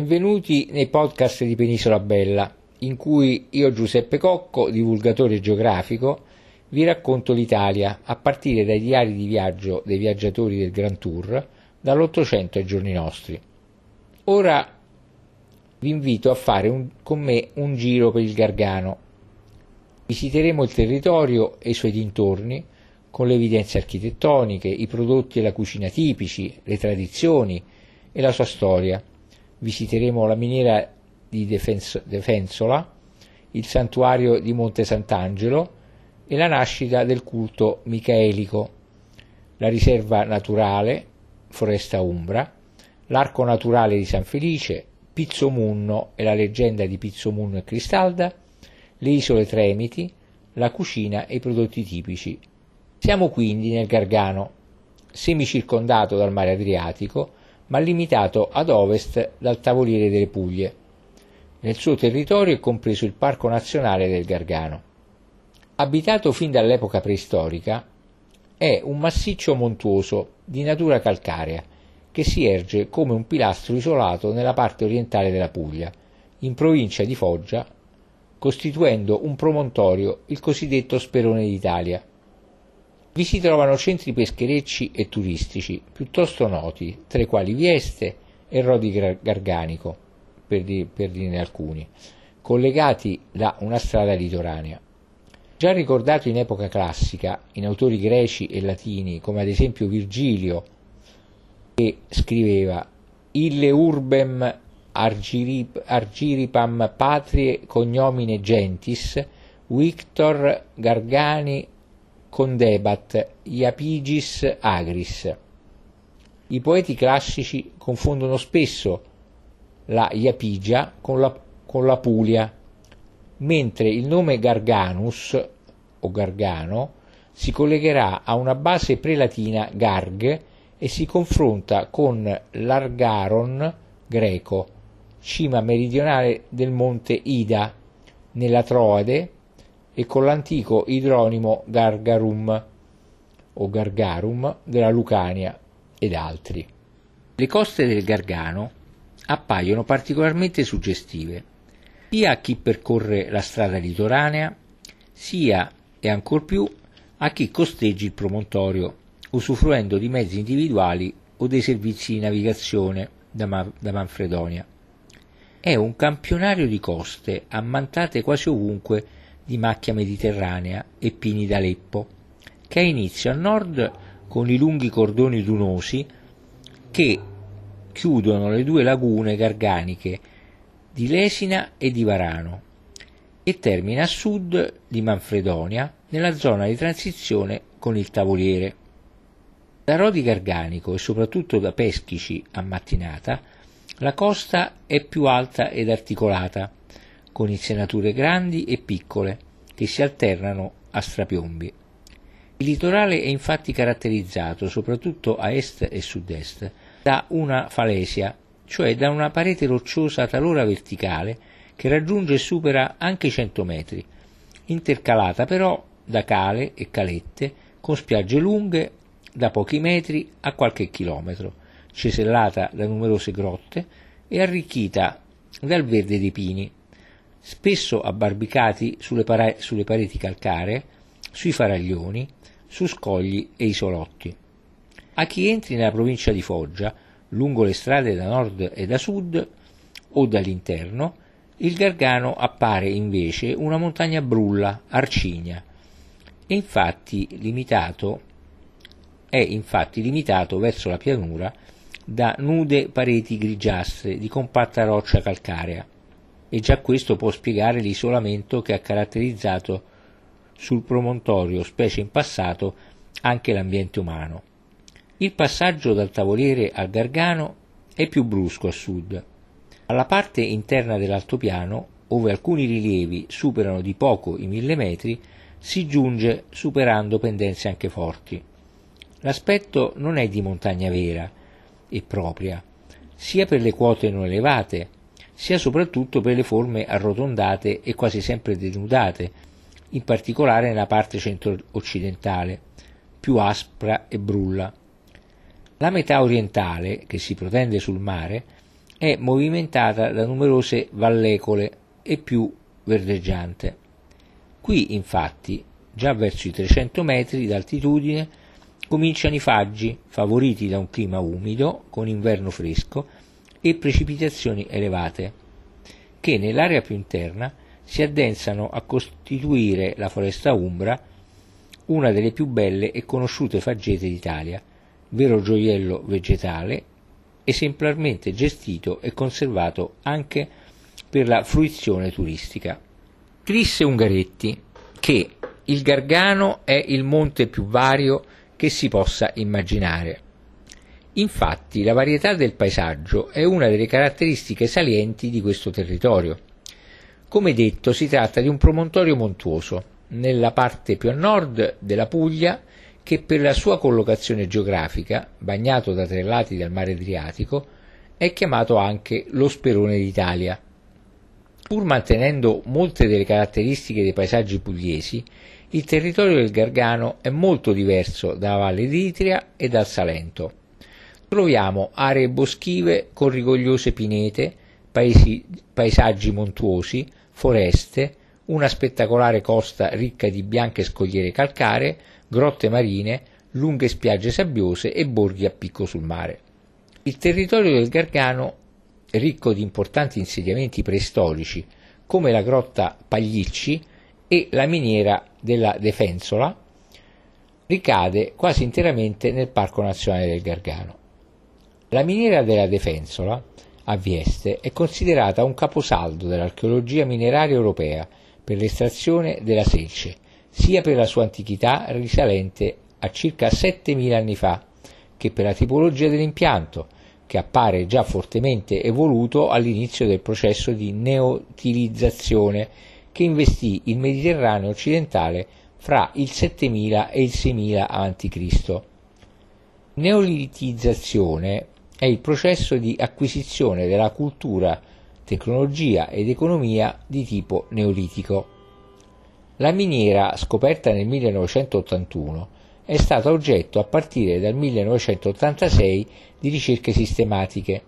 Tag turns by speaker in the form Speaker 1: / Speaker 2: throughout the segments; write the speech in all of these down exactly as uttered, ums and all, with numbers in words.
Speaker 1: Benvenuti nei podcast di Penisola Bella, in cui io, Giuseppe Cocco, divulgatore geografico, vi racconto l'Italia a partire dai diari di viaggio dei viaggiatori del Grand Tour, dall'Ottocento ai giorni nostri. Ora vi invito a fare un, con me un giro per il Gargano. Visiteremo il territorio e i suoi dintorni, con le evidenze architettoniche, i prodotti e la cucina tipici, le tradizioni e la sua storia. Visiteremo la miniera di Defens- Defensola, il santuario di Monte Sant'Angelo e la nascita del culto micaelico, la riserva naturale Foresta Umbra, l'arco naturale di San Felice, Pizzomunno e la leggenda di Pizzomunno e Cristalda, le isole Tremiti, la cucina e i prodotti tipici. Siamo quindi nel Gargano, semicircondato dal mare Adriatico, ma limitato ad ovest dal Tavoliere delle Puglie. Nel suo territorio è compreso il Parco Nazionale del Gargano. Abitato fin dall'epoca preistorica, è un massiccio montuoso di natura calcarea che si erge come un pilastro isolato nella parte orientale della Puglia, in provincia di Foggia, costituendo un promontorio, il cosiddetto Sperone d'Italia. Vi si trovano centri pescherecci e turistici piuttosto noti, tra i quali Vieste e Rodi Garganico, per, di, per dirne alcuni, collegati da una strada litoranea. Già ricordato in epoca classica in autori greci e latini, come ad esempio Virgilio, che scriveva «Ille urbem argirip, argiripam patrie cognomine gentis, Victor Gargani condebat Iapigis agris». I poeti classici confondono spesso la Iapigia con la, con la Puglia, mentre il nome Garganus o Gargano si collegherà a una base prelatina Garg e si confronta con l'Argaron greco, cima meridionale del monte Ida, nella Troade, e con l'antico idronimo Gargarum o Gargarum della Lucania ed altri. Le coste del Gargano appaiono particolarmente suggestive, sia a chi percorre la strada litoranea, sia e ancor più a chi costeggi il promontorio, usufruendo di mezzi individuali o dei servizi di navigazione da, Ma- da Manfredonia. È un campionario di coste ammantate quasi ovunque di macchia mediterranea e pini d'Aleppo, che ha inizio a nord con i lunghi cordoni dunosi che chiudono le due lagune garganiche di Lesina e di Varano e termina a sud di Manfredonia nella zona di transizione con il Tavoliere. Da Rodi Garganico e soprattutto da Peschici a Mattinata la costa è più alta ed articolata, con insenature grandi e piccole che si alternano a strapiombi. Il litorale è infatti caratterizzato, soprattutto a est e sud-est, da una falesia, cioè da una parete rocciosa talora verticale che raggiunge e supera anche i cento metri, intercalata però da cale e calette con spiagge lunghe da pochi metri a qualche chilometro, cesellata da numerose grotte e arricchita dal verde dei pini, spesso abbarbicati sulle, para- sulle pareti calcaree, sui faraglioni, su scogli e isolotti. A chi entri nella provincia di Foggia, lungo le strade da nord e da sud o dall'interno, il Gargano appare invece una montagna brulla, arcigna, e infatti limitato, è infatti limitato verso la pianura da nude pareti grigiastre di compatta roccia calcarea, e già questo può spiegare l'isolamento che ha caratterizzato sul promontorio, specie in passato, anche l'ambiente umano. Il passaggio dal Tavoliere al Gargano è più brusco a sud. Alla parte interna dell'altopiano, ove alcuni rilievi superano di poco i mille metri, si giunge superando pendenze anche forti. L'aspetto non è di montagna vera e propria, sia per le quote non elevate, sia soprattutto per le forme arrotondate e quasi sempre denudate, in particolare nella parte centro-occidentale, più aspra e brulla. La metà orientale, che si protende sul mare, è movimentata da numerose vallecole e più verdeggiante. Qui, infatti, già verso i trecento metri d'altitudine, cominciano i faggi, favoriti da un clima umido, con inverno fresco e precipitazioni elevate, che nell'area più interna si addensano a costituire la foresta umbra, una delle più belle e conosciute faggete d'Italia, vero gioiello vegetale, esemplarmente gestito e conservato anche per la fruizione turistica. Scrisse Ungaretti che il Gargano è il monte più vario che si possa immaginare. Infatti la varietà del paesaggio è una delle caratteristiche salienti di questo territorio. Come detto, si tratta di un promontorio montuoso, nella parte più a nord della Puglia, che per la sua collocazione geografica, bagnato da tre lati dal mare Adriatico, è chiamato anche lo Sperone d'Italia. Pur mantenendo molte delle caratteristiche dei paesaggi pugliesi, il territorio del Gargano è molto diverso dalla Valle d'Itria e dal Salento. Troviamo aree boschive con rigogliose pinete, paesi, paesaggi montuosi, foreste, una spettacolare costa ricca di bianche scogliere calcaree, grotte marine, lunghe spiagge sabbiose e borghi a picco sul mare. Il territorio del Gargano, ricco di importanti insediamenti preistorici come la grotta Paglicci e la miniera della Defensola, ricade quasi interamente nel Parco Nazionale del Gargano. La miniera della Defensola, a Vieste, è considerata un caposaldo dell'archeologia mineraria europea per l'estrazione della selce, sia per la sua antichità risalente a circa settemila anni fa, che per la tipologia dell'impianto, che appare già fortemente evoluto all'inizio del processo di neotilizzazione che investì il Mediterraneo occidentale fra il settemila e il seimila avanti Cristo. Neolitizzazione è il processo di acquisizione della cultura, tecnologia ed economia di tipo neolitico. La miniera, scoperta nel millenovecentottantuno, è stata oggetto a partire dal millenovecentottantasei di ricerche sistematiche.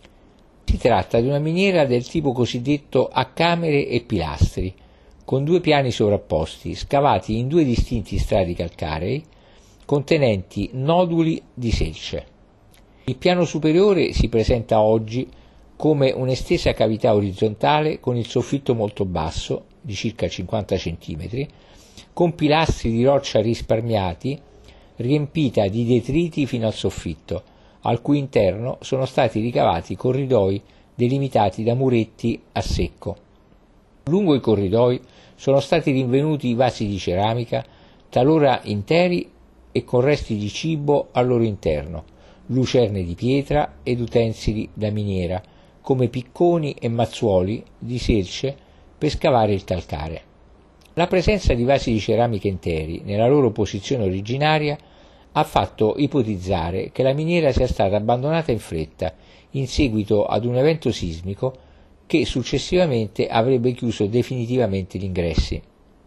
Speaker 1: Si tratta di una miniera del tipo cosiddetto a camere e pilastri, con due piani sovrapposti, scavati in due distinti strati calcarei, contenenti noduli di selce. Il piano superiore si presenta oggi come un'estesa cavità orizzontale con il soffitto molto basso, di circa cinquanta centimetri, con pilastri di roccia risparmiati, riempita di detriti fino al soffitto, al cui interno sono stati ricavati corridoi delimitati da muretti a secco. Lungo i corridoi sono stati rinvenuti vasi di ceramica, talora interi e con resti di cibo al loro interno, lucerne di pietra ed utensili da miniera, come picconi e mazzuoli di selce per scavare il calcare. La presenza di vasi di ceramica interi nella loro posizione originaria ha fatto ipotizzare che la miniera sia stata abbandonata in fretta in seguito ad un evento sismico che successivamente avrebbe chiuso definitivamente gli ingressi.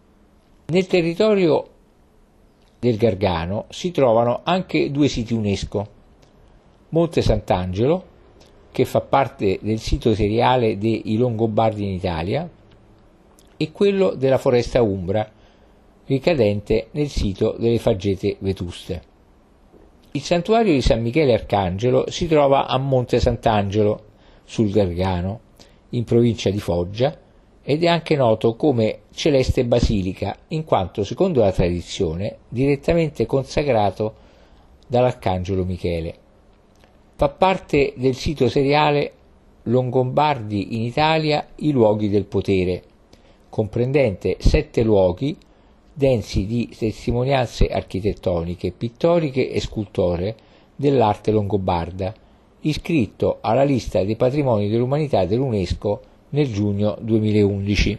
Speaker 1: Nel territorio del Gargano si trovano anche due siti UNESCO: Monte Sant'Angelo, che fa parte del sito seriale dei Longobardi in Italia, e quello della Foresta Umbra, ricadente nel sito delle Faggete Vetuste. Il santuario di San Michele Arcangelo si trova a Monte Sant'Angelo, sul Gargano, in provincia di Foggia, ed è anche noto come Celeste Basilica, in quanto, secondo la tradizione, direttamente consacrato dall'Arcangelo Michele. Fa parte del sito seriale Longobardi in Italia, i luoghi del potere, comprendente sette luoghi densi di testimonianze architettoniche, pittoriche e scultoree dell'arte longobarda, iscritto alla lista dei patrimoni dell'umanità dell'UNESCO nel giugno duemilaundici.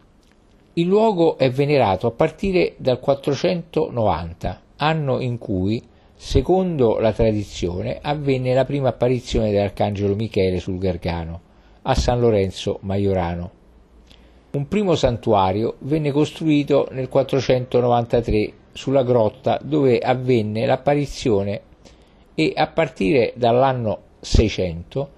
Speaker 1: Il luogo è venerato a partire dal quattrocentonovanta, anno in cui, secondo la tradizione, avvenne la prima apparizione dell'Arcangelo Michele sul Gargano, a San Lorenzo Maiorano. Un primo santuario venne costruito nel quattrocentonovantatré sulla grotta dove avvenne l'apparizione e a partire dall'anno seicento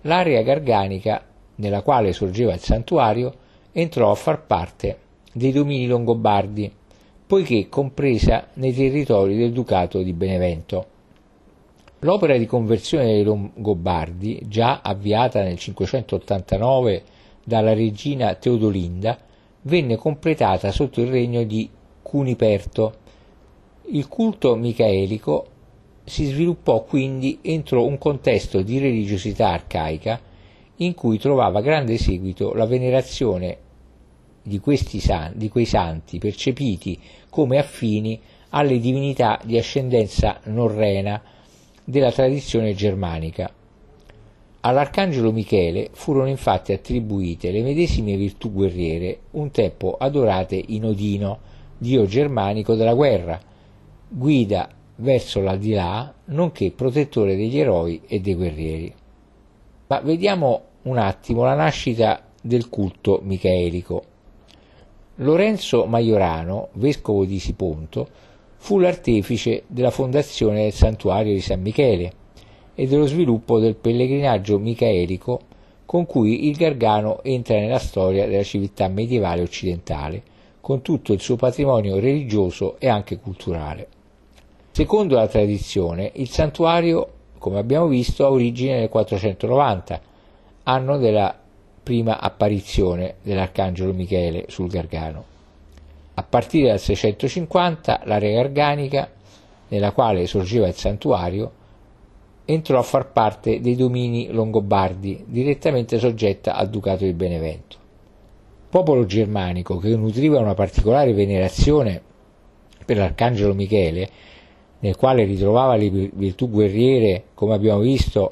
Speaker 1: l'area garganica nella quale sorgeva il santuario entrò a far parte dei domini longobardi, poiché compresa nei territori del Ducato di Benevento. L'opera di conversione dei Longobardi, già avviata nel cinquecentottantanove dalla regina Teodolinda, venne completata sotto il regno di Cuniperto. Il culto micaelico si sviluppò quindi entro un contesto di religiosità arcaica in cui trovava grande seguito la venerazione di, questi san- di quei santi percepiti come affini alle divinità di ascendenza norrena della tradizione germanica. All'arcangelo Michele furono infatti attribuite le medesime virtù guerriere un tempo adorate in Odino, dio germanico della guerra, guida verso l'aldilà, nonché protettore degli eroi e dei guerrieri. Ma vediamo un attimo la nascita del culto micaelico. Lorenzo Maiorano, vescovo di Siponto, fu l'artefice della fondazione del santuario di San Michele e dello sviluppo del pellegrinaggio micaelico con cui il Gargano entra nella storia della civiltà medievale occidentale, con tutto il suo patrimonio religioso e anche culturale. Secondo la tradizione, il santuario, come abbiamo visto, ha origine nel quattrocentonovanta, anno della prima apparizione dell'arcangelo Michele sul Gargano. A partire dal seicentocinquanta l'area garganica, nella quale sorgeva il santuario, entrò a far parte dei domini longobardi, direttamente soggetta al Ducato di Benevento. Popolo germanico che nutriva una particolare venerazione per l'arcangelo Michele, nel quale ritrovava le virtù guerriere, come abbiamo visto,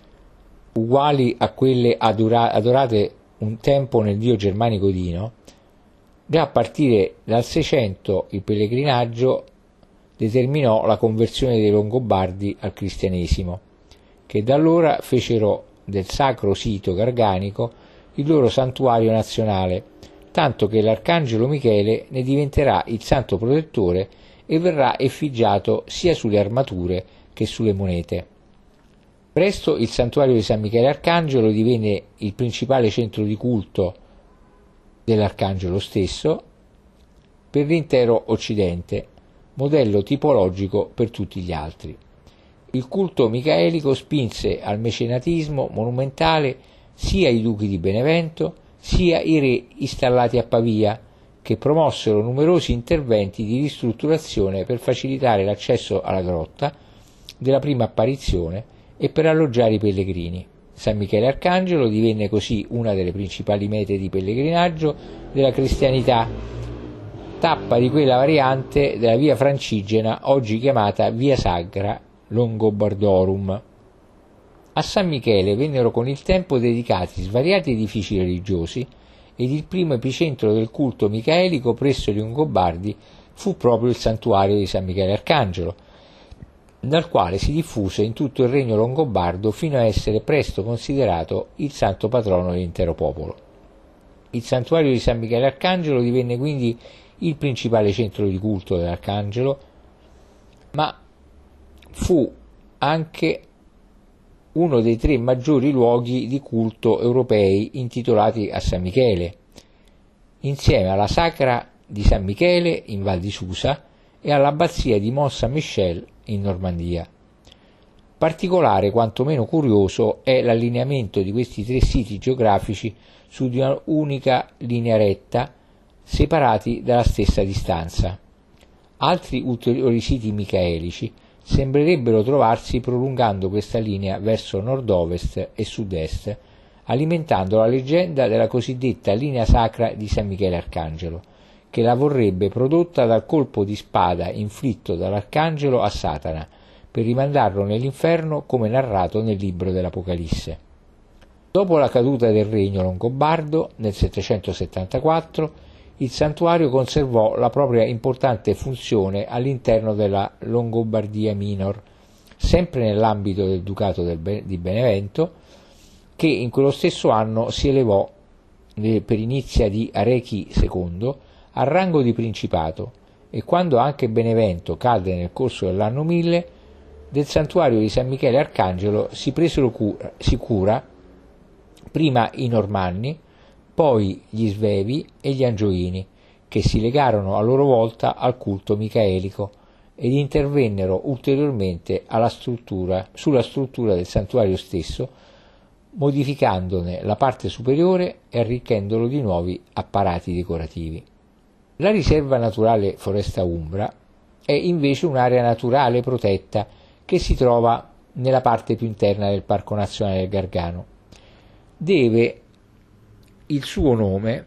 Speaker 1: uguali a quelle adora- adorate un tempo nel dio germanico Odino, già a partire dal seicento il pellegrinaggio determinò la conversione dei Longobardi al cristianesimo, che da allora fecero del sacro sito garganico il loro santuario nazionale, tanto che l'arcangelo Michele ne diventerà il santo protettore e verrà effigiato sia sulle armature che sulle monete. Presto il santuario di San Michele Arcangelo divenne il principale centro di culto dell'arcangelo stesso per l'intero Occidente, modello tipologico per tutti gli altri. Il culto micaelico spinse al mecenatismo monumentale sia i duchi di Benevento sia i re installati a Pavia, che promossero numerosi interventi di ristrutturazione per facilitare l'accesso alla grotta della prima apparizione e per alloggiare i pellegrini. San Michele Arcangelo divenne così una delle principali mete di pellegrinaggio della cristianità, tappa di quella variante della via Francigena oggi chiamata via Sacra Longobardorum. A San Michele vennero con il tempo dedicati svariati edifici religiosi ed il primo epicentro del culto micaelico presso gli Longobardi fu proprio il santuario di San Michele Arcangelo, dal quale si diffuse in tutto il regno longobardo fino a essere presto considerato il santo patrono dell'intero popolo. Il santuario di San Michele Arcangelo divenne quindi il principale centro di culto dell'arcangelo, ma fu anche uno dei tre maggiori luoghi di culto europei intitolati a San Michele, insieme alla Sacra di San Michele in Val di Susa e all'abbazia di Mont Saint-Michel in Normandia. Particolare quanto meno curioso è l'allineamento di questi tre siti geografici su di una unica linea retta, separati dalla stessa distanza. Altri ulteriori siti micaelici sembrerebbero trovarsi prolungando questa linea verso nord-ovest e sud-est, alimentando la leggenda della cosiddetta linea sacra di San Michele Arcangelo, che la vorrebbe prodotta dal colpo di spada inflitto dall'arcangelo a Satana, per rimandarlo nell'inferno come narrato nel libro dell'Apocalisse. Dopo la caduta del regno longobardo nel settecentosettantaquattro, il santuario conservò la propria importante funzione all'interno della Longobardia Minor, sempre nell'ambito del Ducato del Be- di Benevento, che in quello stesso anno si elevò per inizia di Arechi secondo al rango di principato, e quando anche Benevento cadde nel corso dell'anno mille, del santuario di San Michele Arcangelo si presero cura, si cura prima i Normanni, poi gli Svevi e gli Angioini, che si legarono a loro volta al culto micaelico ed intervennero ulteriormente alla struttura, sulla struttura del santuario stesso, modificandone la parte superiore e arricchendolo di nuovi apparati decorativi. La riserva naturale Foresta Umbra è invece un'area naturale protetta che si trova nella parte più interna del Parco Nazionale del Gargano. Deve il suo nome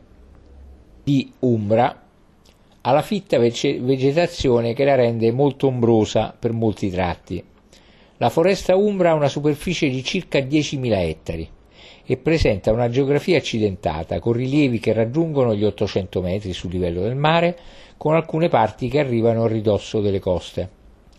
Speaker 1: di Umbra alla fitta vegetazione che la rende molto ombrosa per molti tratti. La Foresta Umbra ha una superficie di circa diecimila ettari e presenta una geografia accidentata, con rilievi che raggiungono gli ottocento metri sul livello del mare, con alcune parti che arrivano a ridosso delle coste.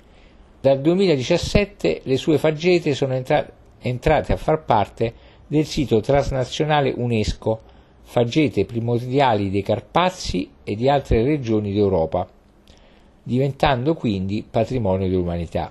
Speaker 1: Dal duemiladiciassette le sue faggete sono entra- entrate a far parte del sito transnazionale UNESCO Faggete primordiali dei Carpazi e di altre regioni d'Europa, diventando quindi patrimonio dell'umanità.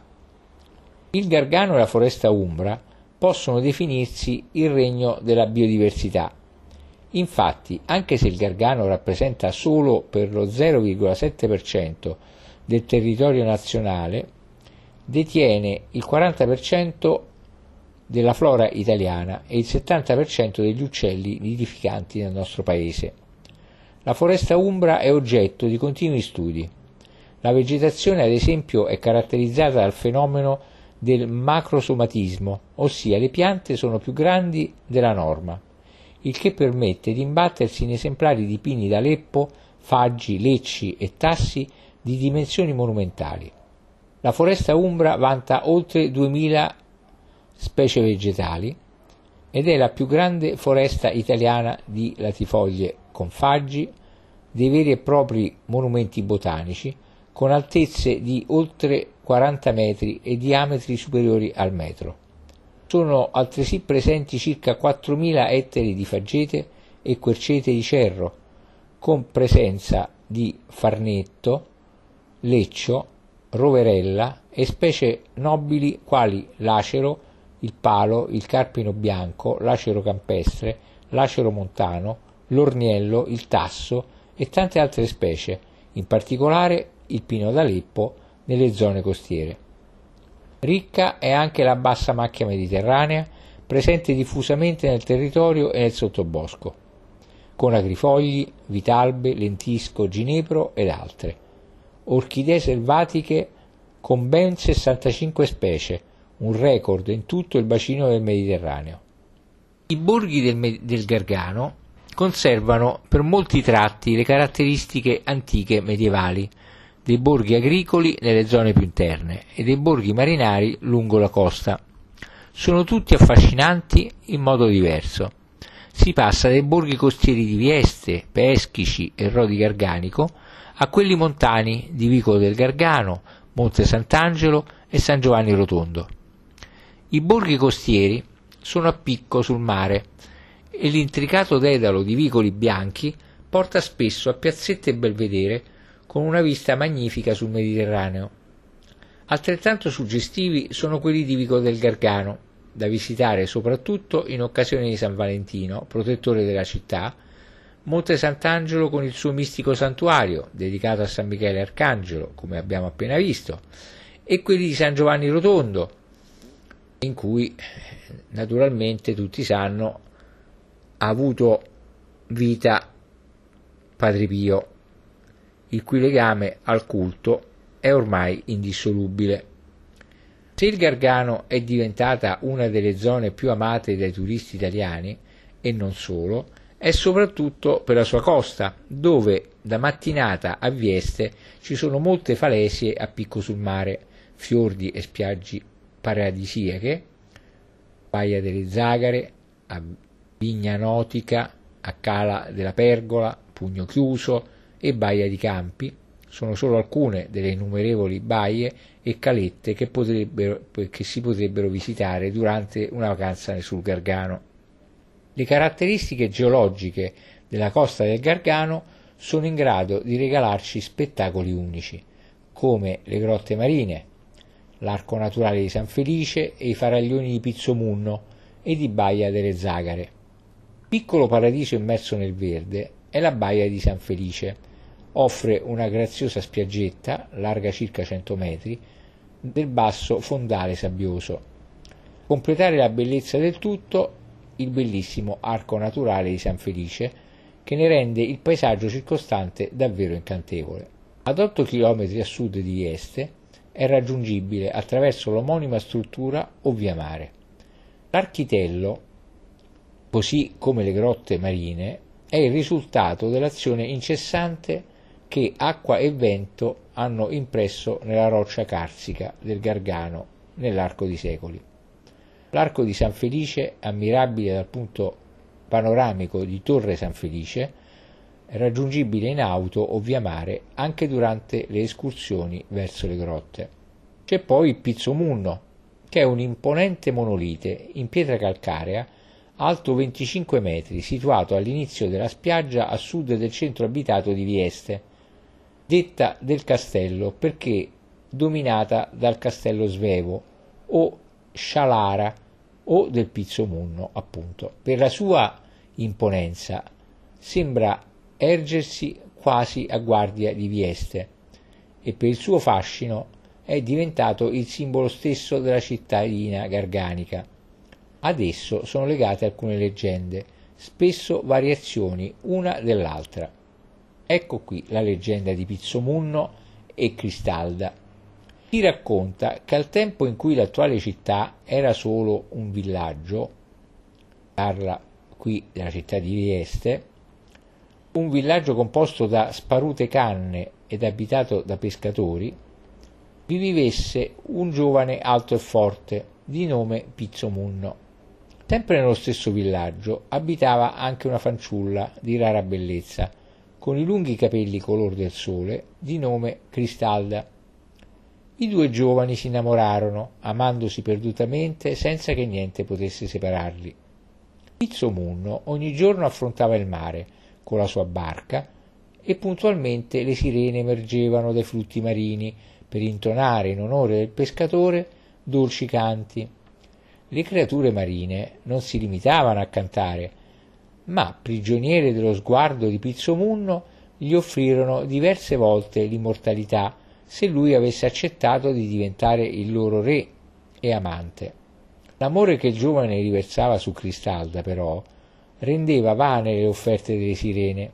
Speaker 1: Il Gargano e la Foresta Umbra possono definirsi il regno della biodiversità. Infatti, anche se il Gargano rappresenta solo per lo zero virgola sette per cento del territorio nazionale, detiene il quaranta per cento della flora italiana e il settanta per cento degli uccelli nidificanti nel nostro paese. La Foresta Umbra è oggetto di continui studi. La vegetazione, ad esempio, è caratterizzata dal fenomeno del macrosomatismo, ossia le piante sono più grandi della norma, il che permette di imbattersi in esemplari di pini d'Aleppo, faggi, lecci e tassi di dimensioni monumentali. La Foresta Umbra vanta oltre duemila specie vegetali ed è la più grande foresta italiana di latifoglie con faggi, dei veri e propri monumenti botanici, con altezze di oltre quaranta metri e diametri superiori al metro. Sono altresì presenti circa quattromila ettari di faggete e quercete di cerro, con presenza di farnetto, leccio, roverella e specie nobili quali l'acero, il palo, il carpino bianco, l'acero campestre, l'acero montano, l'orniello, il tasso e tante altre specie, in particolare il pino d'Aleppo nelle zone costiere. Ricca è anche la bassa macchia mediterranea, presente diffusamente nel territorio e nel sottobosco, con agrifogli, vitalbe, lentisco, ginepro ed altre. Orchidee selvatiche con ben sessantacinque specie, un record in tutto il bacino del Mediterraneo. I borghi del, del Gargano conservano per molti tratti le caratteristiche antiche medievali dei borghi agricoli nelle zone più interne e dei borghi marinari lungo la costa. Sono tutti affascinanti in modo diverso. Si passa dai borghi costieri di Vieste, Peschici e Rodi Garganico a quelli montani di Vicolo del Gargano, Monte Sant'Angelo e San Giovanni Rotondo. I borghi costieri sono a picco sul mare e l'intricato dedalo di vicoli bianchi porta spesso a piazzette e belvedere con una vista magnifica sul Mediterraneo. Altrettanto suggestivi sono quelli di Vicolo del Gargano, da visitare soprattutto in occasione di San Valentino, protettore della città, Monte Sant'Angelo con il suo mistico santuario, dedicato a San Michele Arcangelo, come abbiamo appena visto, e quelli di San Giovanni Rotondo, in cui naturalmente tutti sanno ha avuto vita Padre Pio, il cui legame al culto è ormai indissolubile. Se il Gargano è diventata una delle zone più amate dai turisti italiani, e non solo, è soprattutto per la sua costa, dove da Mattinata a Vieste ci sono molte falesie a picco sul mare, fiordi e spiagge paradisiache, Baia delle Zagare, a Vigna Notica, a Cala della Pergola, Pugno Chiuso e Baia di Campi, sono solo alcune delle innumerevoli baie e calette che, potrebbero, che si potrebbero visitare durante una vacanza sul Gargano. Le caratteristiche geologiche della costa del Gargano sono in grado di regalarci spettacoli unici, come le grotte marine, l'arco naturale di San Felice e i faraglioni di Pizzomunno e di Baia delle Zagare. Piccolo paradiso immerso nel verde è la baia di San Felice. Offre una graziosa spiaggetta, larga circa cento metri, del basso fondale sabbioso. Completare la bellezza del tutto il bellissimo arco naturale di San Felice, che ne rende il paesaggio circostante davvero incantevole. Ad otto chilometri a sud di Vieste è raggiungibile attraverso l'omonima struttura o via mare. L'Architello, così come le grotte marine, è il risultato dell'azione incessante che acqua e vento hanno impresso nella roccia carsica del Gargano nell'arco di secoli. L'arco di San Felice, ammirabile dal punto panoramico di Torre San Felice, è raggiungibile in auto o via mare anche durante le escursioni verso le grotte. C'è poi il Pizzo Munno, che è un imponente monolite in pietra calcarea alto venticinque metri, situato all'inizio della spiaggia a sud del centro abitato di Vieste, detta del castello perché dominata dal castello Svevo o Scialara o del Pizzo Munno, appunto. Per la sua imponenza sembra ergersi quasi a guardia di Vieste e per il suo fascino è diventato il simbolo stesso della cittadina garganica. Ad esso sono legate alcune leggende, spesso variazioni una dell'altra. Ecco qui la leggenda di Pizzo Munno e Cristalda. Si racconta che al tempo in cui l'attuale città era solo un villaggio, parla qui della città di Vieste, un villaggio composto da sparute canne ed abitato da pescatori, vi vivesse un giovane alto e forte di nome Pizzo Munno. Sempre nello stesso villaggio abitava anche una fanciulla di rara bellezza, con i lunghi capelli color del sole, di nome Cristalda. I due giovani si innamorarono, amandosi perdutamente senza che niente potesse separarli. Pizzo Munno ogni giorno affrontava il mare con la sua barca e puntualmente le sirene emergevano dai flutti marini per intonare in onore del pescatore dolci canti. Le creature marine non si limitavano a cantare, ma, prigioniere dello sguardo di Pizzo Munno, gli offrirono diverse volte l'immortalità se lui avesse accettato di diventare il loro re e amante. L'amore che il giovane riversava su Cristalda, però, rendeva vane le offerte delle sirene.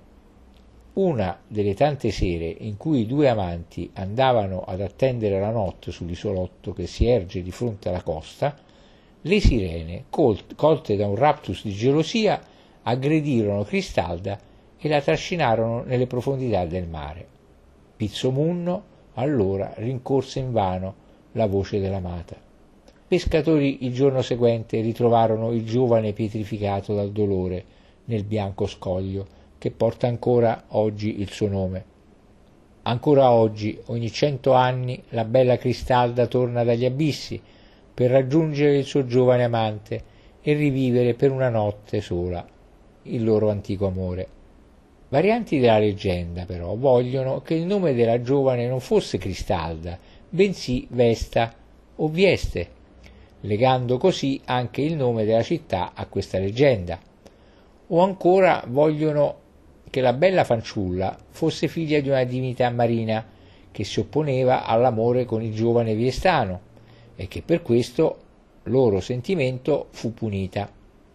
Speaker 1: Una delle tante sere in cui i due amanti andavano ad attendere la notte sull'isolotto che si erge di fronte alla costa, le sirene, colte da un raptus di gelosia, aggredirono Cristalda e la trascinarono nelle profondità del mare. Pizzo Munno allora rincorse invano la voce dell'amata. Pescatori il giorno seguente ritrovarono il giovane pietrificato dal dolore nel bianco scoglio che porta ancora oggi il suo nome. Ancora oggi, ogni cento anni, la bella Cristalda torna dagli abissi per raggiungere il suo giovane amante e rivivere per una notte sola il loro antico amore. Varianti della leggenda, però, vogliono che il nome della giovane non fosse Cristalda, bensì Vesta o Vieste, legando così anche il nome della città a questa leggenda. O ancora vogliono che la bella fanciulla fosse figlia di una divinità marina che si opponeva all'amore con il giovane viestano e che per questo loro sentimento fu punita.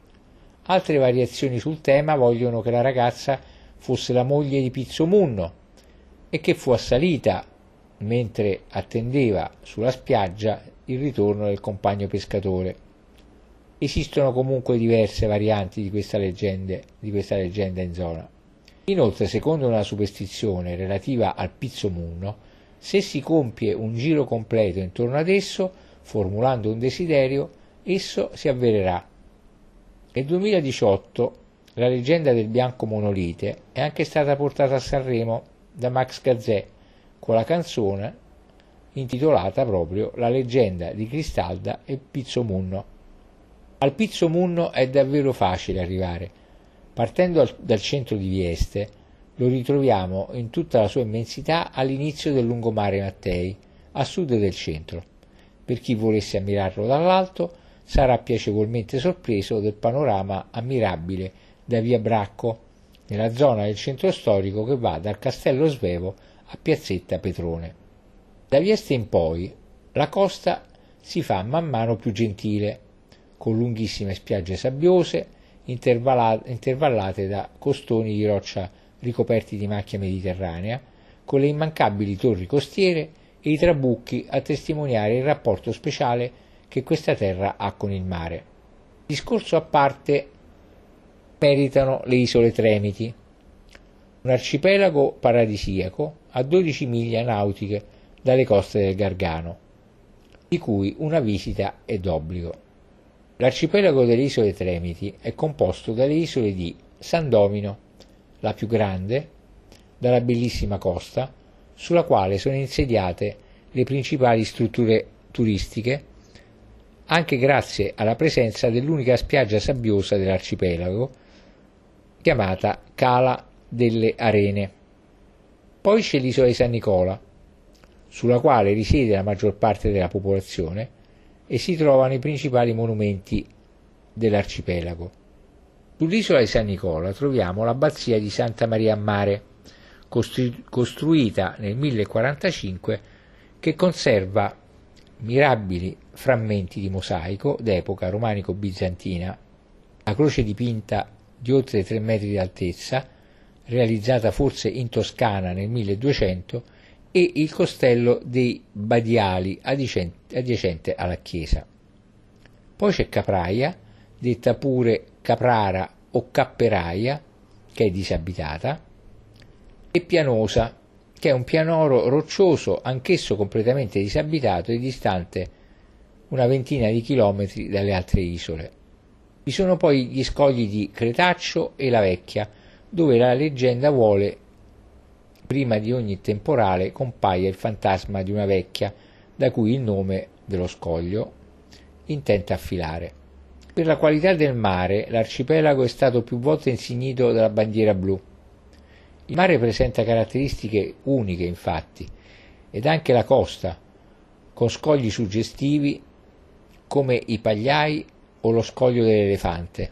Speaker 1: Altre variazioni sul tema vogliono che la ragazza fosse la moglie di Pizzo Munno e che fu assalita mentre attendeva sulla spiaggia il ritorno del compagno pescatore. Esistono comunque diverse varianti di questa leggenda, di questa leggenda in zona. Inoltre, secondo una superstizione relativa al Pizzo Munno, se si compie un giro completo intorno ad esso, formulando un desiderio, esso si avvererà. Nel duemiladiciotto la leggenda del bianco monolite è anche stata portata a Sanremo da Max Gazzè con la canzone intitolata proprio La leggenda di Cristalda e Pizzo Munno. Al Pizzo Munno è davvero facile arrivare. Partendo al, dal centro di Vieste, lo ritroviamo in tutta la sua immensità all'inizio del lungomare Mattei, a sud del centro. Per chi volesse ammirarlo dall'alto, sarà piacevolmente sorpreso del panorama ammirabile da via Bracco, nella zona del centro storico che va dal Castello Svevo a piazzetta Petrone. Da Vieste in poi la costa si fa man mano più gentile, con lunghissime spiagge sabbiose intervallate da costoni di roccia ricoperti di macchia mediterranea, con le immancabili torri costiere e i trabucchi a testimoniare il rapporto speciale che questa terra ha con il mare. Discorso a parte meritano le isole Tremiti, un arcipelago paradisiaco a dodici miglia nautiche dalle coste del Gargano, di cui una visita è d'obbligo. L'arcipelago delle isole Tremiti è composto dalle isole di San Domino, la più grande, dalla bellissima costa, sulla quale sono insediate le principali strutture turistiche, anche grazie alla presenza dell'unica spiaggia sabbiosa dell'arcipelago, chiamata Cala delle Arene. Poi c'è l'isola di San Nicola, sulla quale risiede la maggior parte della popolazione e si trovano i principali monumenti dell'arcipelago. Sull'isola di San Nicola troviamo l'abbazia di Santa Maria a Mare, costru- costruita nel millequarantacinque, che conserva mirabili frammenti di mosaico d'epoca romanico-bizantina, la croce dipinta di oltre tre metri di altezza, realizzata forse in Toscana nel milleduecento, e il costello dei Badiali adiacente alla chiesa. Poi c'è Capraia, detta pure Caprara o Capperaia, che è disabitata, e Pianosa, che è un pianoro roccioso, anch'esso completamente disabitato e distante una ventina di chilometri dalle altre isole. Vi sono poi gli scogli di Cretaccio e La Vecchia, dove la leggenda vuole prima di ogni temporale compaia il fantasma di una vecchia, da cui il nome dello scoglio intenta affilare. Per la qualità del mare, l'arcipelago è stato più volte insignito della bandiera blu. Il mare presenta caratteristiche uniche, infatti, ed anche la costa, con scogli suggestivi come i Pagliai o lo scoglio dell'Elefante,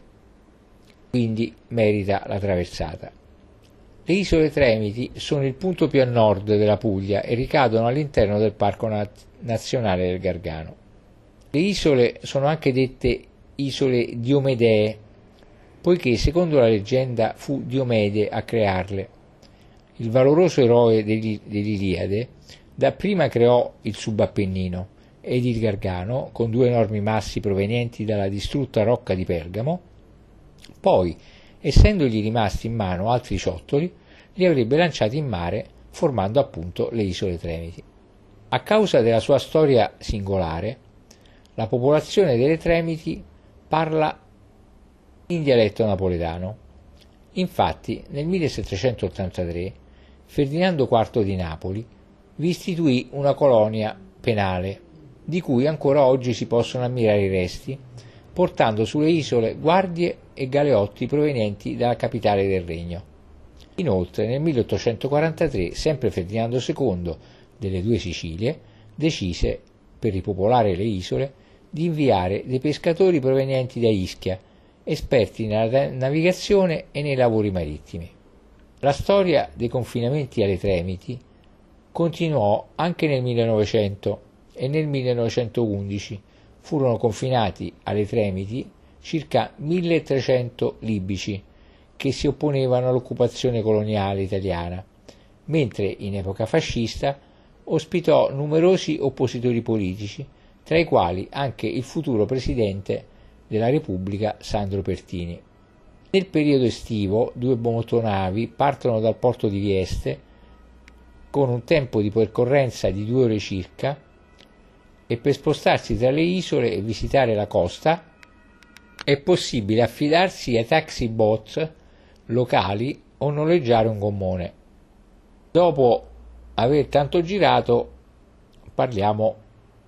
Speaker 1: quindi merita la traversata. Le isole Tremiti sono il punto più a nord della Puglia e ricadono all'interno del Parco Nazionale del Gargano. Le isole sono anche dette isole Diomedee, poiché secondo la leggenda fu Diomede a crearle. Il valoroso eroe dell'Iliade dapprima creò il Subappennino ed il Gargano con due enormi massi provenienti dalla distrutta rocca di Pergamo. Poi, essendogli rimasti in mano altri ciottoli, li avrebbe lanciati in mare, formando appunto le isole Tremiti. A causa della sua storia singolare, la popolazione delle Tremiti parla in dialetto napoletano. Infatti, nel millesettecentottantatré, Ferdinando quarto di Napoli vi istituì una colonia penale, di cui ancora oggi si possono ammirare i resti, portando sulle isole guardie e galeotti provenienti dalla capitale del regno. Inoltre, nel milleottocentoquarantatré, sempre Ferdinando secondo delle due Sicilie decise, per ripopolare le isole, di inviare dei pescatori provenienti da Ischia, esperti nella navigazione e nei lavori marittimi. La storia dei confinamenti alle Tremiti continuò anche nel millenovecento e nel millenovecentoundici furono confinati alle Tremiti circa milletrecento libici che si opponevano all'occupazione coloniale italiana, mentre in epoca fascista ospitò numerosi oppositori politici, tra i quali anche il futuro presidente della Repubblica Sandro Pertini. Nel periodo estivo due motonavi partono dal porto di Vieste con un tempo di percorrenza di due ore circa, e per spostarsi tra le isole e visitare la costa è possibile affidarsi ai taxi boat locali o noleggiare un gommone. Dopo aver tanto girato, parliamo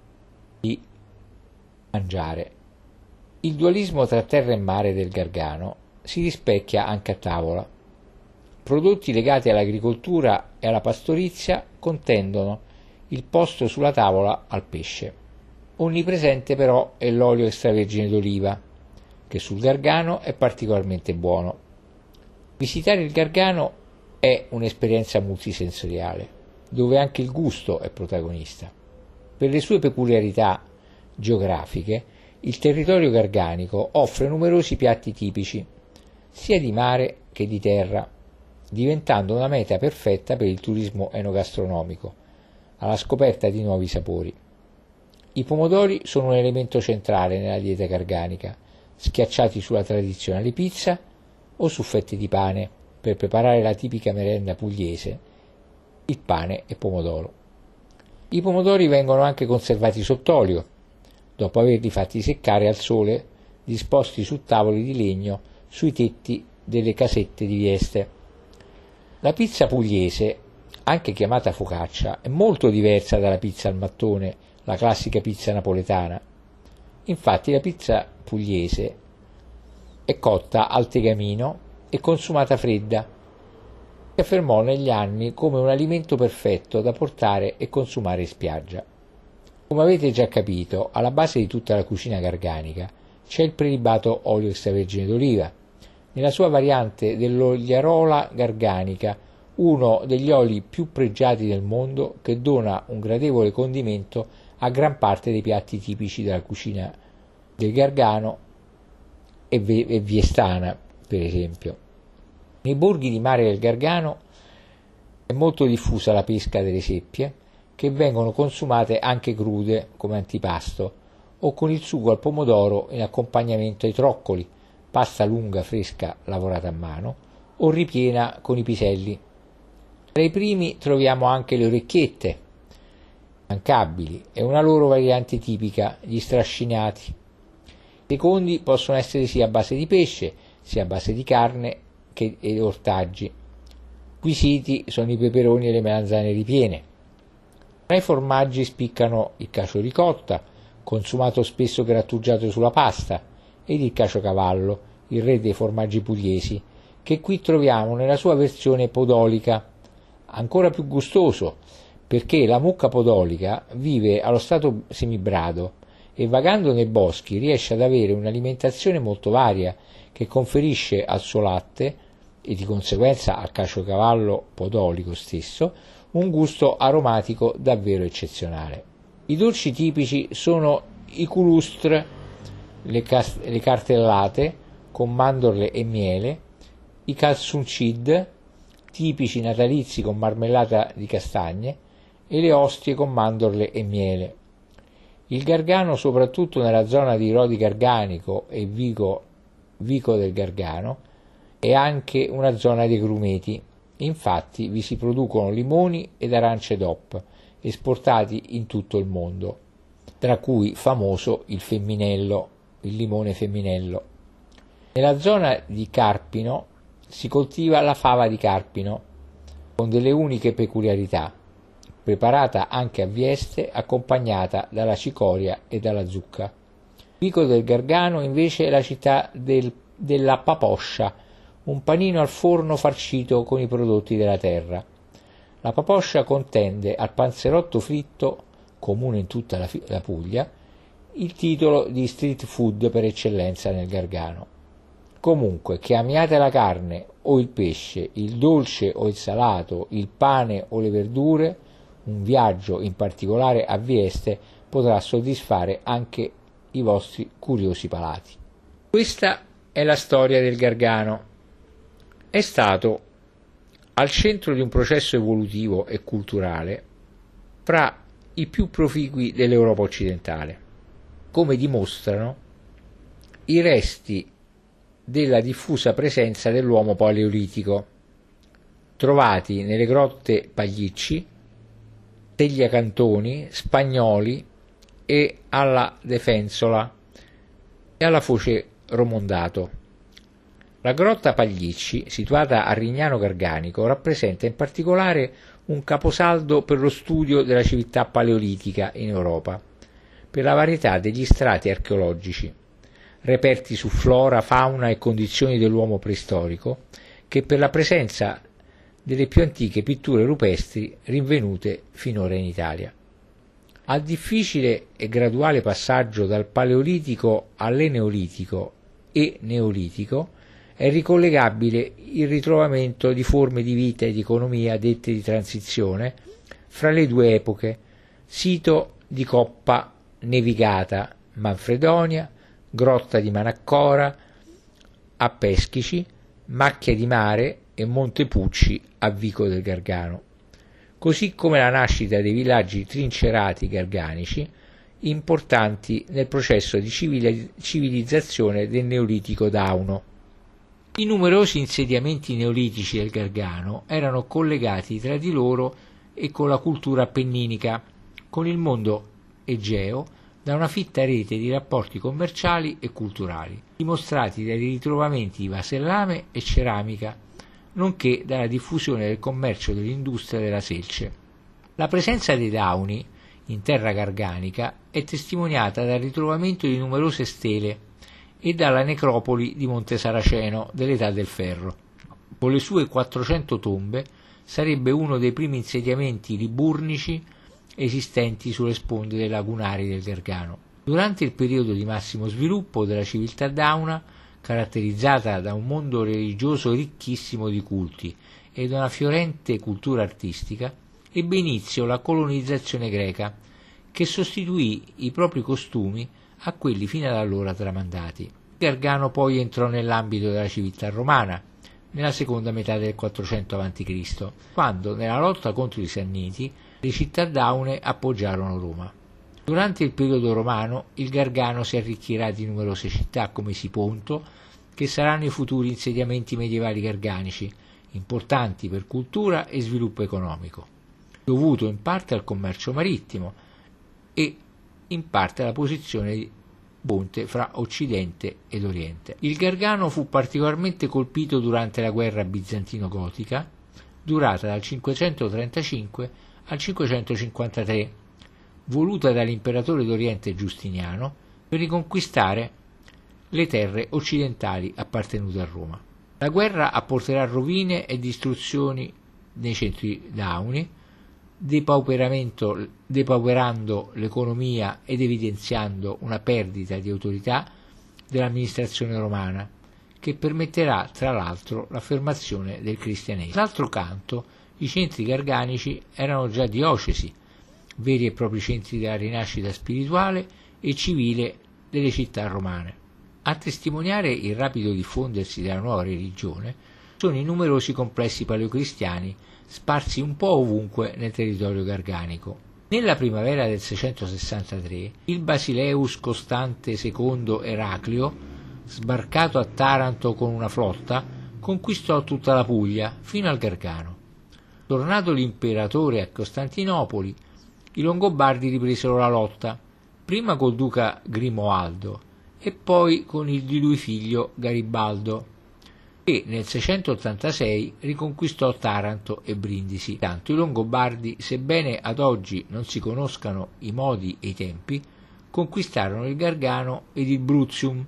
Speaker 1: di mangiare. Il dualismo tra terra e mare del Gargano si rispecchia anche a tavola. Prodotti legati all'agricoltura e alla pastorizia contendono il posto sulla tavola al pesce. Onnipresente però è l'olio extravergine d'oliva, che sul Gargano è particolarmente buono. Visitare il Gargano è un'esperienza multisensoriale, dove anche il gusto è protagonista. Per le sue peculiarità geografiche, il territorio garganico offre numerosi piatti tipici, sia di mare che di terra, diventando una meta perfetta per il turismo enogastronomico, alla scoperta di nuovi sapori. I pomodori sono un elemento centrale nella dieta garganica, schiacciati sulla tradizionale pizza o su fette di pane per preparare la tipica merenda pugliese, il pane e pomodoro. I pomodori vengono anche conservati sott'olio, dopo averli fatti seccare al sole, disposti su tavoli di legno sui tetti delle casette di Vieste. La pizza pugliese, anche chiamata focaccia, è molto diversa dalla pizza al mattone, la classica pizza napoletana. Infatti la pizza pugliese è cotta al tegamino e consumata fredda. Si affermò negli anni come un alimento perfetto da portare e consumare in spiaggia. Come avete già capito, alla base di tutta la cucina garganica c'è il prelibato olio extravergine d'oliva, nella sua variante dell'oliarola garganica, uno degli oli più pregiati del mondo, che dona un gradevole condimento a gran parte dei piatti tipici della cucina del Gargano e viestana, per esempio. Nei borghi di mare del Gargano è molto diffusa la pesca delle seppie, che vengono consumate anche crude come antipasto o con il sugo al pomodoro in accompagnamento ai troccoli, pasta lunga fresca lavorata a mano o ripiena con i piselli. Tra i primi troviamo anche le orecchiette, mancabili, e una loro variante tipica, gli strascinati. I secondi possono essere sia a base di pesce, sia a base di carne che e ortaggi. Squisiti sono i peperoni e le melanzane ripiene. Tra i formaggi spiccano il cacio ricotta, consumato spesso grattugiato sulla pasta, ed il caciocavallo, il re dei formaggi pugliesi, che qui troviamo nella sua versione podolica, ancora più gustoso, perché la mucca podolica vive allo stato semibrado e vagando nei boschi riesce ad avere un'alimentazione molto varia che conferisce al suo latte e di conseguenza al caciocavallo podolico stesso un gusto aromatico davvero eccezionale. I dolci tipici sono i culustre, le, cas- le cartellate con mandorle e miele, i calzoncid, tipici natalizi con marmellata di castagne, e le ostie con mandorle e miele. Il Gargano, soprattutto nella zona di Rodi Garganico e Vico, Vico del Gargano, è anche una zona dei grumeti. Infatti vi si producono limoni ed arance D O P esportati in tutto il mondo, tra cui famoso il femminello, il limone femminello. Nella zona di Carpino si coltiva la fava di Carpino con delle uniche peculiarità, preparata anche a Vieste accompagnata dalla cicoria e dalla zucca. Vico del Gargano invece è la città del, della paposcia, un panino al forno farcito con i prodotti della terra. La paposcia contende al panzerotto fritto, comune in tutta la, la Puglia, il titolo di street food per eccellenza nel Gargano. Comunque, che amiate la carne o il pesce, il dolce o il salato, il pane o le verdure, un viaggio in particolare a Vieste potrà soddisfare anche i vostri curiosi palati. Questa è la storia del Gargano. È stato al centro di un processo evolutivo e culturale fra i più proficui dell'Europa occidentale, come dimostrano i resti della diffusa presenza dell'uomo paleolitico, trovati nelle grotte Pagliacci, Tagliacantoni, Spagnoli e alla Defensola e alla Foce Romondato. La grotta Pagliacci, situata a Rignano Garganico, rappresenta in particolare un caposaldo per lo studio della civiltà paleolitica in Europa, per la varietà degli strati archeologici, reperti su flora, fauna e condizioni dell'uomo preistorico, che per la presenza delle più antiche pitture rupestri rinvenute finora in Italia. Al difficile e graduale passaggio dal Paleolitico all'Eneolitico e Neolitico è ricollegabile il ritrovamento di forme di vita e di economia dette di transizione fra le due epoche, sito di Coppa Nevigata Manfredonia, Grotta di Manaccora a Peschici, Macchia di Mare e Monte Pucci a Vico del Gargano, così come la nascita dei villaggi trincerati garganici, importanti nel processo di civilizzazione del Neolitico dauno. I numerosi insediamenti neolitici del Gargano erano collegati tra di loro e con la cultura appenninica, con il mondo egeo, da una fitta rete di rapporti commerciali e culturali, dimostrati dai ritrovamenti di vasellame e ceramica, nonché dalla diffusione del commercio dell'industria della selce. La presenza dei Dauni in terra garganica è testimoniata dal ritrovamento di numerose stele e dalla necropoli di Monte Saraceno dell'età del ferro. Con le sue quattrocento tombe sarebbe uno dei primi insediamenti liburnici esistenti sulle sponde dei lagunari del Gargano. Durante il periodo di massimo sviluppo della civiltà dauna, caratterizzata da un mondo religioso ricchissimo di culti e da una fiorente cultura artistica, ebbe inizio la colonizzazione greca, che sostituì i propri costumi a quelli fino ad allora tramandati. Il Gargano poi entrò nell'ambito della civiltà romana, nella seconda metà del quattrocento avanti Cristo, quando nella lotta contro i Sanniti le città daune appoggiarono Roma. Durante il periodo romano il Gargano si arricchirà di numerose città come Siponto, che saranno i futuri insediamenti medievali garganici, importanti per cultura e sviluppo economico, dovuto in parte al commercio marittimo e in parte alla posizione di ponte fra Occidente ed Oriente. Il Gargano fu particolarmente colpito durante la guerra bizantino-gotica, durata dal cinquecentotrentacinque al cinquecentocinquantatré, voluta dall'imperatore d'Oriente Giustiniano per riconquistare le terre occidentali appartenute a Roma. La guerra apporterà rovine e distruzioni nei centri dauni, depauperando l'economia ed evidenziando una perdita di autorità dell'amministrazione romana, che permetterà tra l'altro l'affermazione del cristianesimo. D'altro canto, i centri garganici erano già diocesi, veri e propri centri della rinascita spirituale e civile delle città romane. A testimoniare il rapido diffondersi della nuova religione sono i numerosi complessi paleocristiani sparsi un po' ovunque nel territorio garganico. Nella primavera del seicentosessantatré il Basileus Costante secondo Eraclio, sbarcato a Taranto con una flotta, conquistò tutta la Puglia fino al Gargano. Tornato l'imperatore a Costantinopoli, i Longobardi ripresero la lotta, prima col duca Grimoaldo e poi con il di lui figlio Garibaldo, che nel seicentottantasei riconquistò Taranto e Brindisi. Tanto i Longobardi, sebbene ad oggi non si conoscano i modi e i tempi, conquistarono il Gargano ed il Bruttium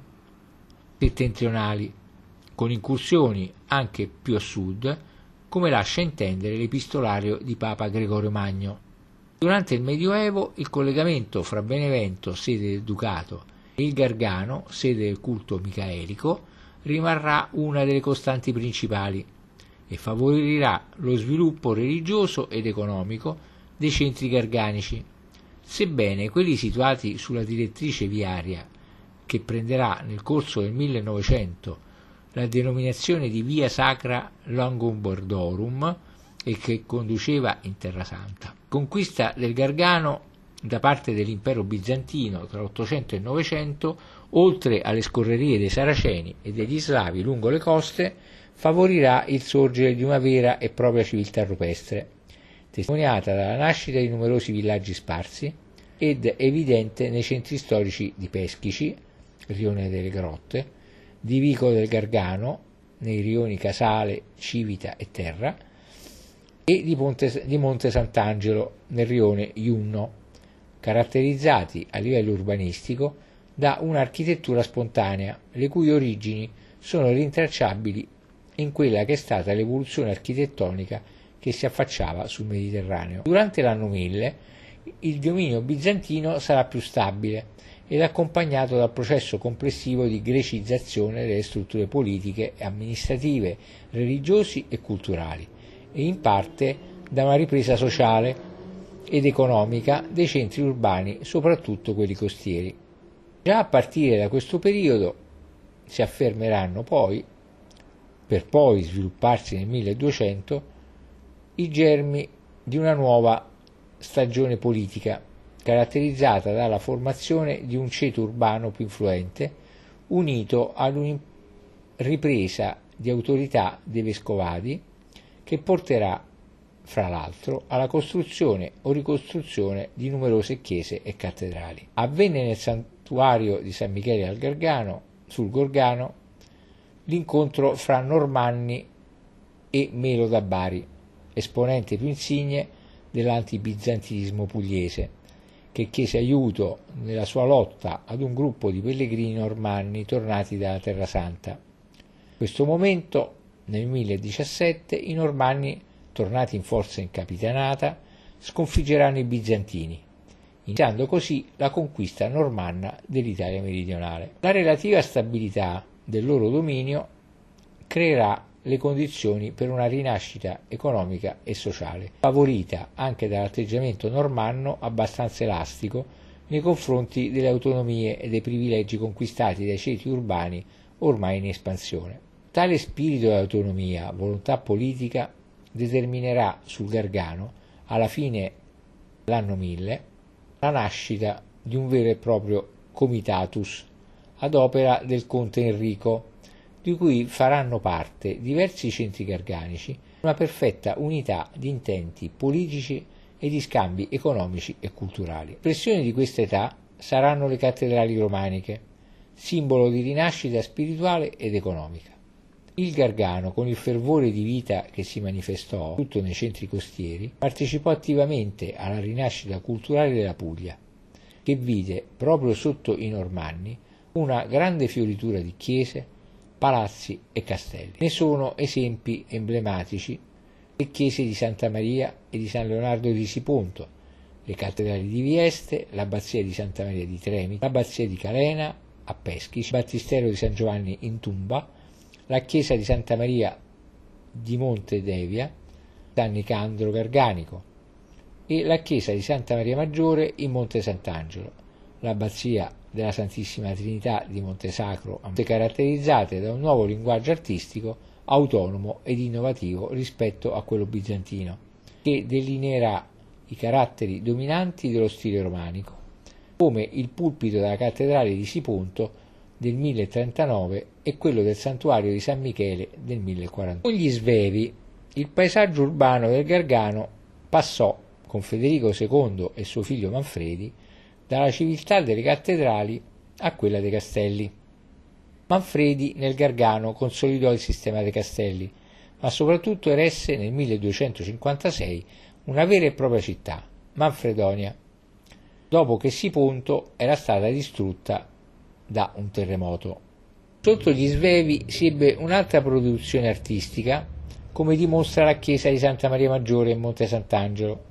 Speaker 1: settentrionali, con incursioni anche più a sud, come lascia intendere l'epistolario di Papa Gregorio Magno. Durante il Medioevo il collegamento fra Benevento, sede del Ducato, e il Gargano, sede del culto micaelico, rimarrà una delle costanti principali e favorirà lo sviluppo religioso ed economico dei centri garganici, sebbene quelli situati sulla direttrice viaria, che prenderà nel corso del millenovecento la denominazione di Via Sacra Longobardorum e che conduceva in Terra Santa. Conquista del Gargano da parte dell'impero bizantino tra l'Ottocento e il Novecento, oltre alle scorrerie dei Saraceni e degli Slavi lungo le coste, favorirà il sorgere di una vera e propria civiltà rupestre, testimoniata dalla nascita di numerosi villaggi sparsi ed evidente nei centri storici di Peschici, rione delle Grotte, di Vico del Gargano, nei rioni Casale, Civita e Terra, e di, Ponte, di Monte Sant'Angelo, nel rione Iunno, caratterizzati a livello urbanistico da un'architettura spontanea, le cui origini sono rintracciabili in quella che è stata l'evoluzione architettonica che si affacciava sul Mediterraneo. Durante l'anno mille il dominio bizantino sarà più stabile ed accompagnato dal processo complessivo di grecizzazione delle strutture politiche, amministrative, religiose e culturali, e in parte da una ripresa sociale ed economica dei centri urbani, soprattutto quelli costieri. Già a partire da questo periodo si affermeranno poi, per poi svilupparsi nel milleduecento, i germi di una nuova stagione politica, caratterizzata dalla formazione di un ceto urbano più influente, unito ad una ripresa di autorità dei vescovadi che porterà, fra l'altro, alla costruzione o ricostruzione di numerose chiese e cattedrali. Avvenne nel santuario di San Michele al Gargano, sul Gorgano, l'incontro fra Normanni e Melo da Bari, esponente più insigne dell'antibizantinismo pugliese, che chiese aiuto nella sua lotta ad un gruppo di pellegrini normanni tornati dalla Terra Santa. In questo momento, nel millediciassette, i normanni, tornati in forza in Capitanata, sconfiggeranno i bizantini, iniziando così la conquista normanna dell'Italia meridionale. La relativa stabilità del loro dominio creerà le condizioni per una rinascita economica e sociale, favorita anche dall'atteggiamento normanno abbastanza elastico nei confronti delle autonomie e dei privilegi conquistati dai ceti urbani ormai in espansione. Tale spirito di autonomia, volontà politica, determinerà sul Gargano, alla fine dell'anno mille, la nascita di un vero e proprio comitatus ad opera del conte Enrico, di cui faranno parte diversi centri garganici, una perfetta unità di intenti politici e di scambi economici e culturali. Espressione di questa età saranno le cattedrali romaniche, simbolo di rinascita spirituale ed economica. Il Gargano, con il fervore di vita che si manifestò soprattutto nei centri costieri, partecipò attivamente alla rinascita culturale della Puglia, che vide proprio sotto i Normanni una grande fioritura di chiese, palazzi e castelli. Ne sono esempi emblematici le chiese di Santa Maria e di San Leonardo di Siponto, le cattedrali di Vieste, l'abbazia di Santa Maria di Tremiti, l'abbazia di Calena a Peschici, il battistero di San Giovanni in Tumba, la chiesa di Santa Maria di Monte Devia, San Nicandro Garganico, e la chiesa di Santa Maria Maggiore in Monte Sant'Angelo, l'abbazia della Santissima Trinità di Montesacro, caratterizzate da un nuovo linguaggio artistico autonomo ed innovativo rispetto a quello bizantino, che delineerà i caratteri dominanti dello stile romanico, come il pulpito della cattedrale di Siponto del milletrentanove e quello del santuario di San Michele del millequarantuno. Con gli Svevi, il paesaggio urbano del Gargano passò, con Federico secondo e suo figlio Manfredi, dalla civiltà delle cattedrali a quella dei castelli. Manfredi nel Gargano consolidò il sistema dei castelli, ma soprattutto eresse nel milleduecentocinquantasei una vera e propria città, Manfredonia, dopo che Siponto era stata distrutta da un terremoto. Sotto gli Svevi si ebbe un'altra produzione artistica, come dimostra la chiesa di Santa Maria Maggiore in Monte Sant'Angelo.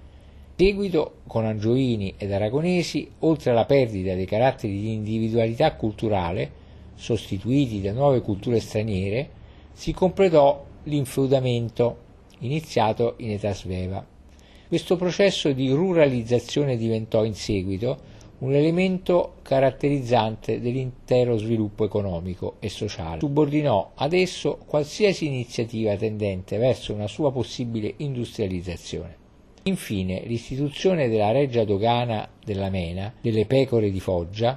Speaker 1: In seguito, con Angioini ed Aragonesi, oltre alla perdita dei caratteri di individualità culturale, sostituiti da nuove culture straniere, si completò l'infeudamento iniziato in età sveva. Questo processo di ruralizzazione diventò in seguito un elemento caratterizzante dell'intero sviluppo economico e sociale. Subordinò ad esso qualsiasi iniziativa tendente verso una sua possibile industrializzazione. Infine, l'istituzione della Regia Dogana della Mena, delle Pecore di Foggia,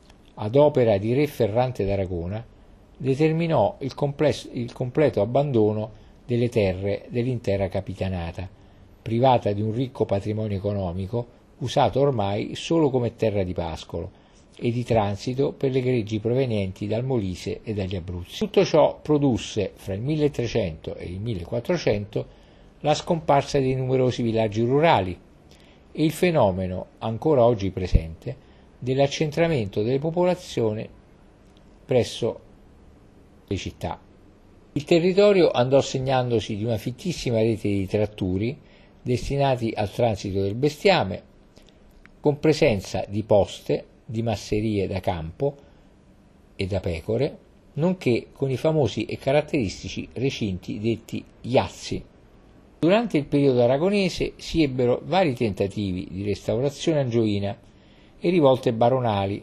Speaker 1: ad opera di Re Ferrante d'Aragona, determinò il, complesso, il completo abbandono delle terre dell'intera Capitanata, privata di un ricco patrimonio economico, usato ormai solo come terra di pascolo e di transito per le greggi provenienti dal Molise e dagli Abruzzi. Tutto ciò produsse, fra il milletrecento e il millequattrocento, la scomparsa dei numerosi villaggi rurali e il fenomeno, ancora oggi presente, dell'accentramento delle popolazioni presso le città. Il territorio andò segnandosi di una fittissima rete di tratturi destinati al transito del bestiame, con presenza di poste di masserie da campo e da pecore, nonché con i famosi e caratteristici recinti detti iazzi. Durante il periodo aragonese si ebbero vari tentativi di restaurazione angioina e rivolte baronali,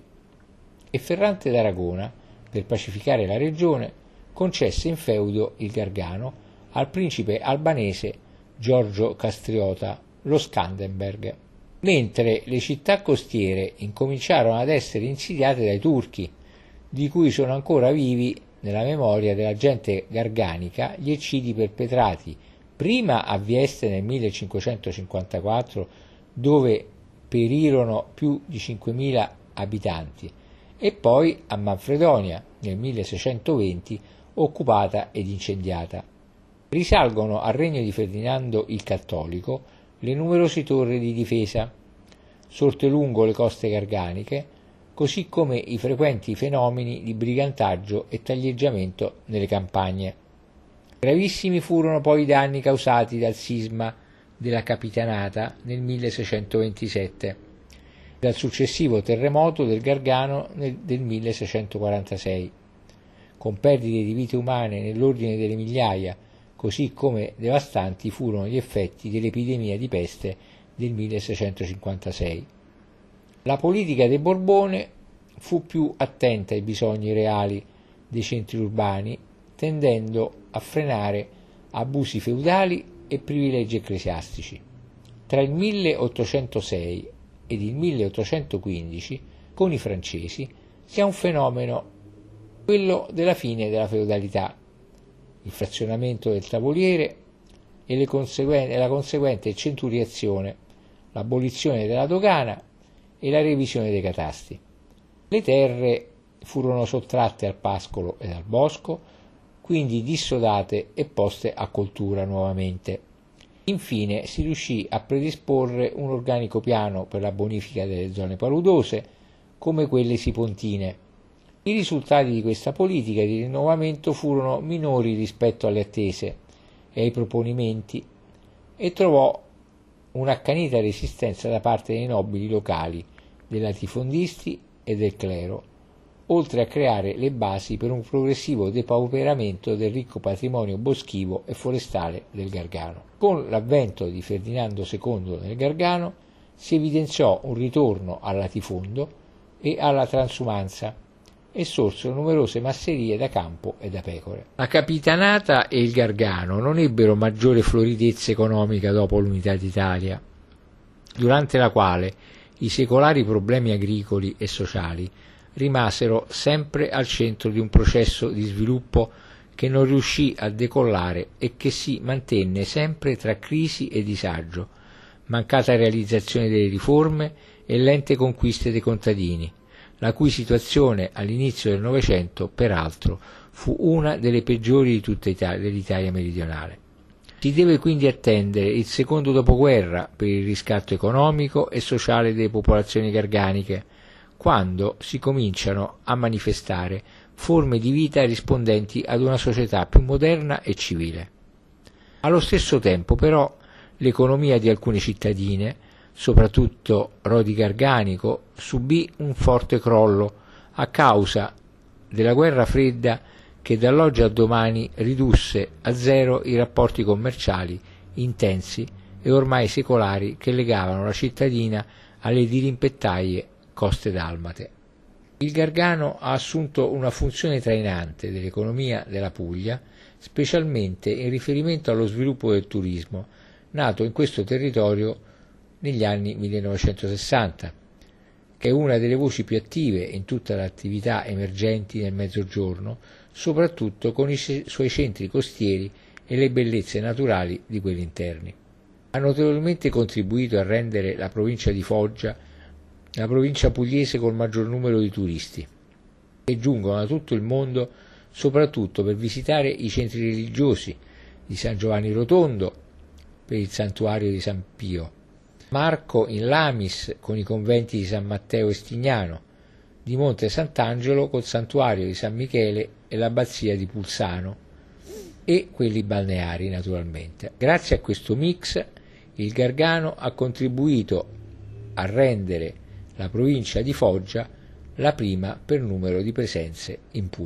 Speaker 1: e Ferrante d'Aragona, per pacificare la regione, concesse in feudo il Gargano al principe albanese Giorgio Castriota, lo Skanderberg, mentre le città costiere incominciarono ad essere insidiate dai turchi, di cui sono ancora vivi nella memoria della gente garganica gli eccidi perpetrati prima a Vieste nel millecinquecentocinquantaquattro, dove perirono più di cinquemila abitanti, e poi a Manfredonia nel milleseicentoventi, occupata ed incendiata. Risalgono al regno di Ferdinando il Cattolico le numerose torri di difesa sorte lungo le coste garganiche, così come i frequenti fenomeni di brigantaggio e taglieggiamento nelle campagne. Gravissimi furono poi i danni causati dal sisma della Capitanata nel milleseicentoventisette, dal successivo terremoto del Gargano nel, del milleseicentoquarantasei, con perdite di vite umane nell'ordine delle migliaia, così come devastanti furono gli effetti dell'epidemia di peste del milleseicentocinquantasei. La politica dei Borbone fu più attenta ai bisogni reali dei centri urbani, tendendo a frenare abusi feudali e privilegi ecclesiastici. Tra il milleottocentosei ed il milleottocentoquindici, con i francesi, si ha un fenomeno, quello della fine della feudalità, il frazionamento del tavoliere e, le conseguen- e la conseguente centuriazione, l'abolizione della dogana e la revisione dei catasti. Le terre furono sottratte al pascolo e al bosco, quindi dissodate e poste a coltura nuovamente. Infine si riuscì a predisporre un organico piano per la bonifica delle zone paludose, come quelle sipontine. I risultati di questa politica di rinnovamento furono minori rispetto alle attese e ai proponimenti, e trovò un'accanita resistenza da parte dei nobili locali, dei latifondisti e del clero, oltre a creare le basi per un progressivo depauperamento del ricco patrimonio boschivo e forestale del Gargano. Con l'avvento di Ferdinando secondo nel Gargano si evidenziò un ritorno al latifondo e alla transumanza, e sorsero numerose masserie da campo e da pecore. La Capitanata e il Gargano non ebbero maggiore floridezza economica dopo l'unità d'Italia, durante la quale i secolari problemi agricoli e sociali rimasero sempre al centro di un processo di sviluppo che non riuscì a decollare e che si mantenne sempre tra crisi e disagio, mancata realizzazione delle riforme e lente conquiste dei contadini, la cui situazione all'inizio del Novecento, peraltro, fu una delle peggiori di tutta Italia, dell'Italia meridionale. Si deve quindi attendere il secondo dopoguerra per il riscatto economico e sociale delle popolazioni garganiche, quando si cominciano a manifestare forme di vita rispondenti ad una società più moderna e civile. Allo stesso tempo, però, l'economia di alcune cittadine, soprattutto Rodi Garganico, subì un forte crollo a causa della guerra fredda che dall'oggi al domani ridusse a zero i rapporti commerciali intensi e ormai secolari che legavano la cittadina alle dirimpettaie coste dalmate. Il Gargano ha assunto una funzione trainante dell'economia della Puglia, specialmente in riferimento allo sviluppo del turismo, nato in questo territorio negli anni millenovecentosessanta, che è una delle voci più attive in tutte le attività emergenti nel Mezzogiorno, soprattutto con i suoi centri costieri e le bellezze naturali di quelli interni. Ha notevolmente contribuito a rendere la provincia di Foggia la provincia pugliese col maggior numero di turisti, che giungono da tutto il mondo soprattutto per visitare i centri religiosi di San Giovanni Rotondo per il santuario di San Pio, Marco in Lamis con i conventi di San Matteo e Stignano, di Monte Sant'Angelo col santuario di San Michele e l'abbazia di Pulsano, e quelli balneari naturalmente. Grazie a questo mix il Gargano ha contribuito a rendere la provincia di Foggia la prima per numero di presenze in Puglia.